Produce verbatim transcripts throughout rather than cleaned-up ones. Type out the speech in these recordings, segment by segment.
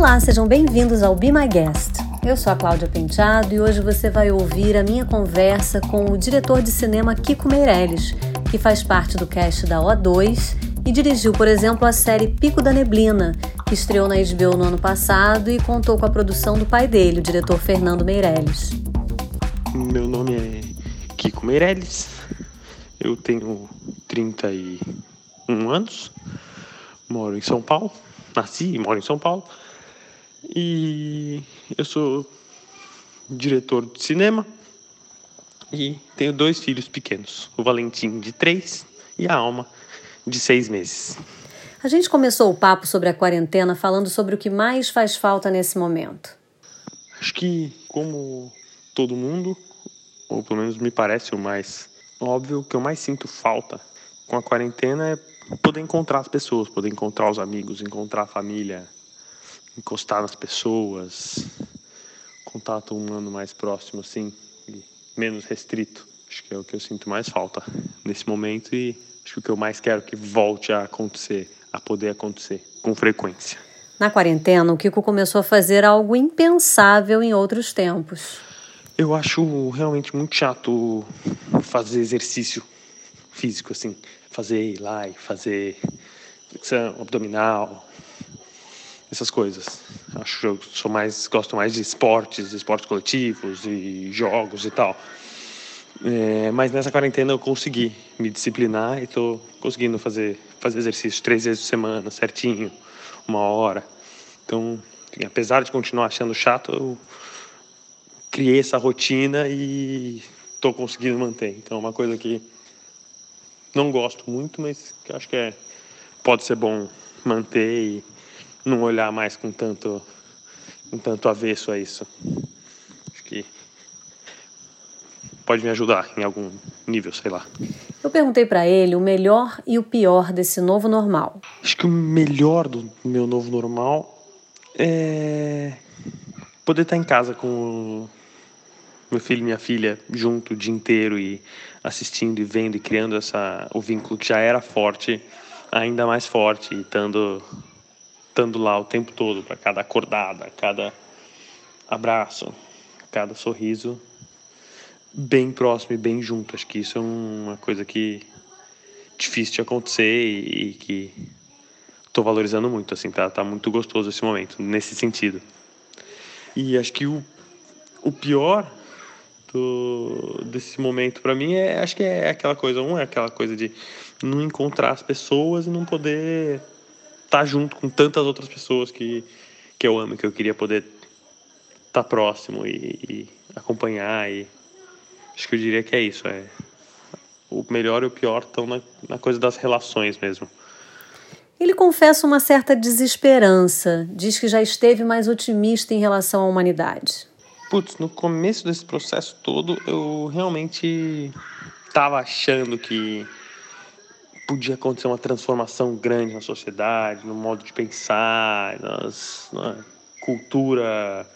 Olá, sejam bem-vindos ao Be My Guest. Eu sou a Cláudia Penteado e hoje você vai ouvir a minha conversa com o diretor de cinema Kiko Meireles, que faz parte do cast da O dois e dirigiu, por exemplo, a série Pico da Neblina, que estreou na H B O no ano passado e contou com a produção do pai dele, o diretor Fernando Meireles. Meu nome é Kiko Meireles, eu tenho trinta e um anos, moro em São Paulo, nasci e moro em São Paulo, e eu sou diretor de cinema e tenho dois filhos pequenos, o Valentim de três e a Alma de seis meses. A gente começou o papo sobre a quarentena falando sobre o que mais faz falta nesse momento. Acho que, como todo mundo, ou pelo menos me parece o mais óbvio, o que eu mais sinto falta com a quarentena é poder encontrar as pessoas, poder encontrar os amigos, encontrar a família, encostar nas pessoas, contato humano mais próximo, assim, e menos restrito. Acho que é o que eu sinto mais falta nesse momento e acho que o que eu mais quero que volte a acontecer, a poder acontecer com frequência. Na quarentena, o Kiko começou a fazer algo impensável em outros tempos. Eu acho realmente muito chato fazer exercício físico, assim, fazer ir lá e fazer flexão abdominal, essas coisas. Acho que eu sou mais, gosto mais de esportes, esportes coletivos e jogos e tal. É, mas nessa quarentena eu consegui me disciplinar e estou conseguindo fazer, fazer exercício três vezes por semana, certinho, uma hora. Então, enfim, apesar de continuar achando chato, eu criei essa rotina e estou conseguindo manter. Então é uma coisa que não gosto muito, mas que acho que é, pode ser bom manter e não olhar mais com tanto, com tanto avesso a isso. Acho que pode me ajudar em algum nível, sei lá. Eu perguntei para ele o melhor e o pior desse novo normal. Acho que o melhor do meu novo normal é poder estar em casa com meu filho e minha filha junto o dia inteiro e assistindo e vendo e criando essa, o vínculo que já era forte, ainda mais forte, e estando, estando lá o tempo todo para cada acordada, cada abraço, cada sorriso, bem próximo e bem junto. Acho que isso é uma coisa que é difícil de acontecer e, e que estou valorizando muito, assim, tá, tá muito gostoso esse momento, nesse sentido. E acho que o, o pior do, desse momento para mim é, acho que é aquela coisa, um é aquela coisa de não encontrar as pessoas e não poder estar junto com tantas outras pessoas que, que eu amo, que eu queria poder estar próximo e, e acompanhar. E acho que eu diria que é isso, é o melhor e o pior estão na, na coisa das relações mesmo. Ele confessa uma certa desesperança, diz que já esteve mais otimista em relação à humanidade. Putz, no começo desse processo todo, eu realmente estava achando que podia acontecer uma transformação grande na sociedade, no modo de pensar, nas, na cultura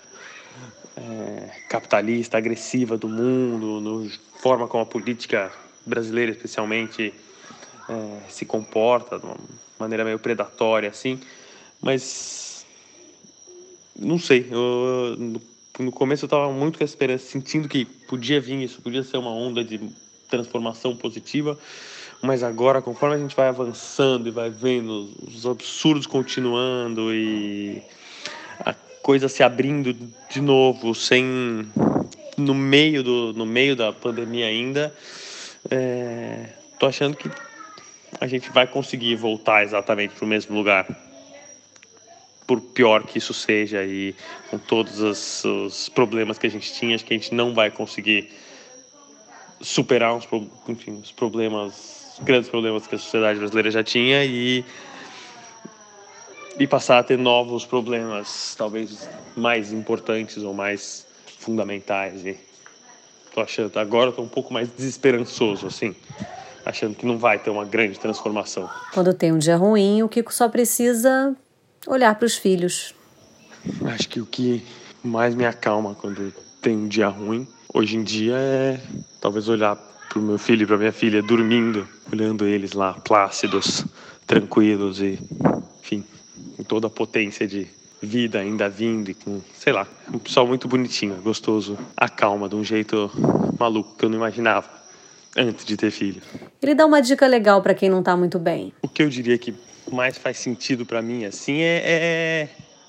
é, capitalista, agressiva do mundo, na forma como a política brasileira, especialmente, é, se comporta, de uma maneira meio predatória, assim. Mas, não sei, eu, no, no começo eu estava muito com a esperança, sentindo que podia vir isso, podia ser uma onda de transformação positiva, mas agora, conforme a gente vai avançando e vai vendo os absurdos continuando e a coisa se abrindo de novo, sem no meio do no meio da pandemia ainda, é, tô achando que a gente vai conseguir voltar exatamente para o mesmo lugar, por pior que isso seja, e com todos os, os problemas que a gente tinha, acho que a gente não vai conseguir superar uns, enfim, os problemas, os grandes problemas que a sociedade brasileira já tinha e, e passar a ter novos problemas, talvez mais importantes ou mais fundamentais. E tô achando, agora eu tô um pouco mais desesperançoso, assim, achando que não vai ter uma grande transformação. Quando tem um dia ruim, o Kiko só precisa olhar para os filhos. Acho que o que mais me acalma quando tem um dia ruim, hoje em dia, é talvez olhar pro meu filho e pra minha filha dormindo, olhando eles lá plácidos, tranquilos e, enfim, com toda a potência de vida ainda vindo e com, sei lá, um pessoal muito bonitinho, gostoso, acalma de um jeito maluco que eu não imaginava antes de ter filho. Ele dá uma dica legal para quem não tá muito bem. O que eu diria que mais faz sentido para mim, assim, é, é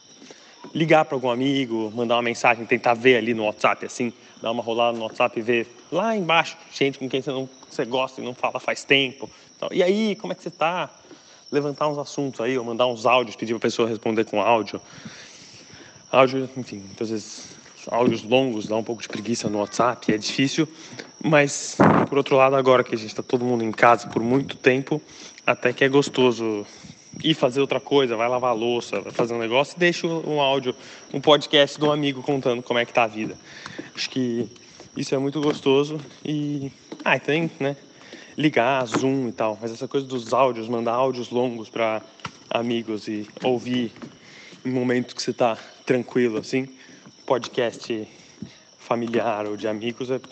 ligar para algum amigo, mandar uma mensagem, tentar ver ali no WhatsApp, assim, dar uma rolada no WhatsApp e ver lá embaixo gente com quem você, não, você gosta e não fala faz tempo. Então, e aí, como é que você tá? Levantar uns assuntos aí, ou mandar uns áudios, pedir pra pessoa responder com áudio. Áudio, enfim, muitas vezes áudios longos, dá um pouco de preguiça no WhatsApp, é difícil. Mas, por outro lado, agora que a gente tá todo mundo em casa por muito tempo, até que é gostoso ir fazer outra coisa, vai lavar a louça, vai fazer um negócio e deixa um áudio, um podcast de um amigo contando como é que tá a vida. Acho que isso é muito gostoso e... Ah, tem, né? Ligar, Zoom e tal, mas essa coisa dos áudios, mandar áudios longos para amigos e ouvir em momentos que você tá tranquilo, assim, podcast familiar ou de amigos, eu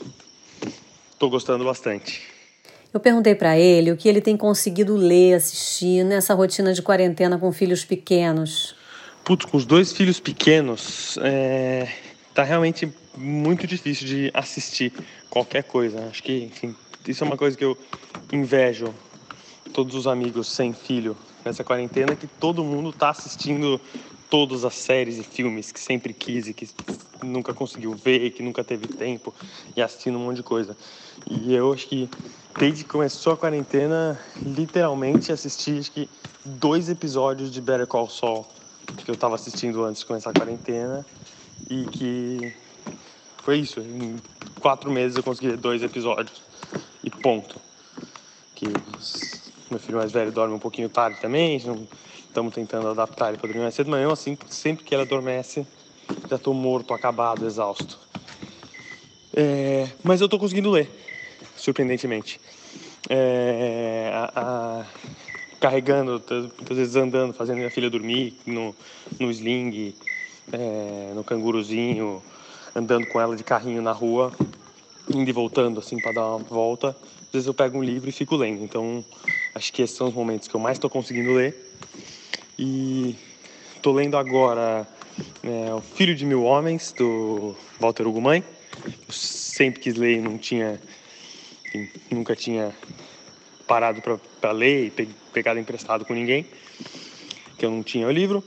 tô gostando bastante. Eu perguntei para ele o que ele tem conseguido ler, assistir nessa rotina de quarentena com filhos pequenos. Putz, com os dois filhos pequenos, é... tá realmente muito difícil de assistir qualquer coisa. Acho que, enfim, isso é uma coisa que eu invejo todos os amigos sem filho nessa quarentena, que todo mundo tá assistindo todas as séries e filmes que sempre quis e que nunca conseguiu ver, que nunca teve tempo, e assistindo um monte de coisa. E eu acho que desde que começou a quarentena, literalmente assisti acho que dois episódios de Better Call Saul que eu tava assistindo antes de começar a quarentena, e que foi isso, em quatro meses eu consegui ver dois episódios e ponto. Que meu filho mais velho dorme um pouquinho tarde também, estamos tentando adaptar ele para dormir mais cedo, mas mesmo assim, sempre que ele adormece, já estou morto, acabado, exausto. É, mas eu estou conseguindo ler, surpreendentemente. É, a, a, carregando, muitas vezes andando, fazendo minha filha dormir no, no sling, é, no canguruzinho, andando com ela de carrinho na rua, indo e voltando assim para dar uma volta. Às vezes eu pego um livro e fico lendo. Então acho que esses são os momentos que eu mais estou conseguindo ler. E estou lendo agora é, O Filho de Mil Homens, do Walter Hugo Mãe. Eu sempre quis ler e não tinha, enfim, nunca tinha parado para ler e pe- pegado emprestado com ninguém, que eu não tinha o livro.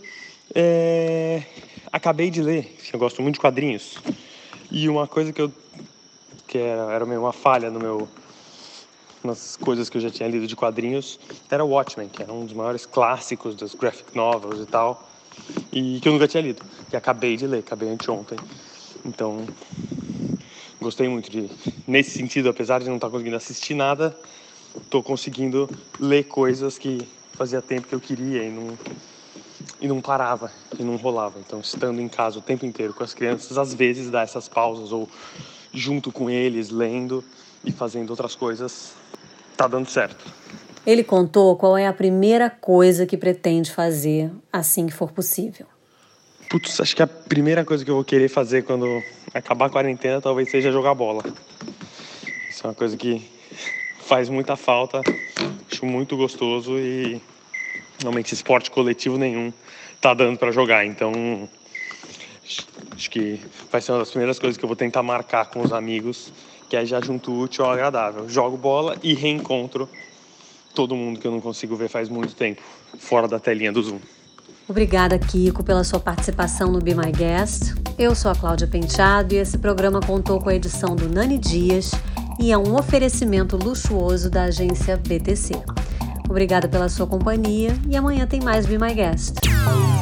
É, acabei de ler, eu gosto muito de quadrinhos. E uma coisa que eu que era, era meio uma falha no meu, nas coisas que eu já tinha lido de quadrinhos, era Watchmen, que era um dos maiores clássicos das graphic novels e tal, e que eu nunca tinha lido, e acabei de ler, acabei anteontem. Então, gostei muito de, nesse sentido, apesar de não estar conseguindo assistir nada, estou conseguindo ler coisas que fazia tempo que eu queria e não, e não parava, e não rolava. Então, estando em casa o tempo inteiro com as crianças, às vezes dá essas pausas, ou junto com eles, lendo e fazendo outras coisas, tá dando certo. Ele contou qual é a primeira coisa que pretende fazer assim que for possível. Putz, acho que a primeira coisa que eu vou querer fazer quando acabar a quarentena talvez seja jogar bola. Isso é uma coisa que faz muita falta, acho muito gostoso e realmente esporte coletivo nenhum tá dando para jogar, então acho que vai ser uma das primeiras coisas que eu vou tentar marcar com os amigos, que é já junto útil ao agradável. Jogo bola e reencontro todo mundo que eu não consigo ver faz muito tempo, fora da telinha do Zoom. Obrigada, Kiko, pela sua participação no Be My Guest. Eu sou a Cláudia Penteado e esse programa contou com a edição do Nani Dias e é um oferecimento luxuoso da agência B T C. Obrigada pela sua companhia e amanhã tem mais Be My Guest.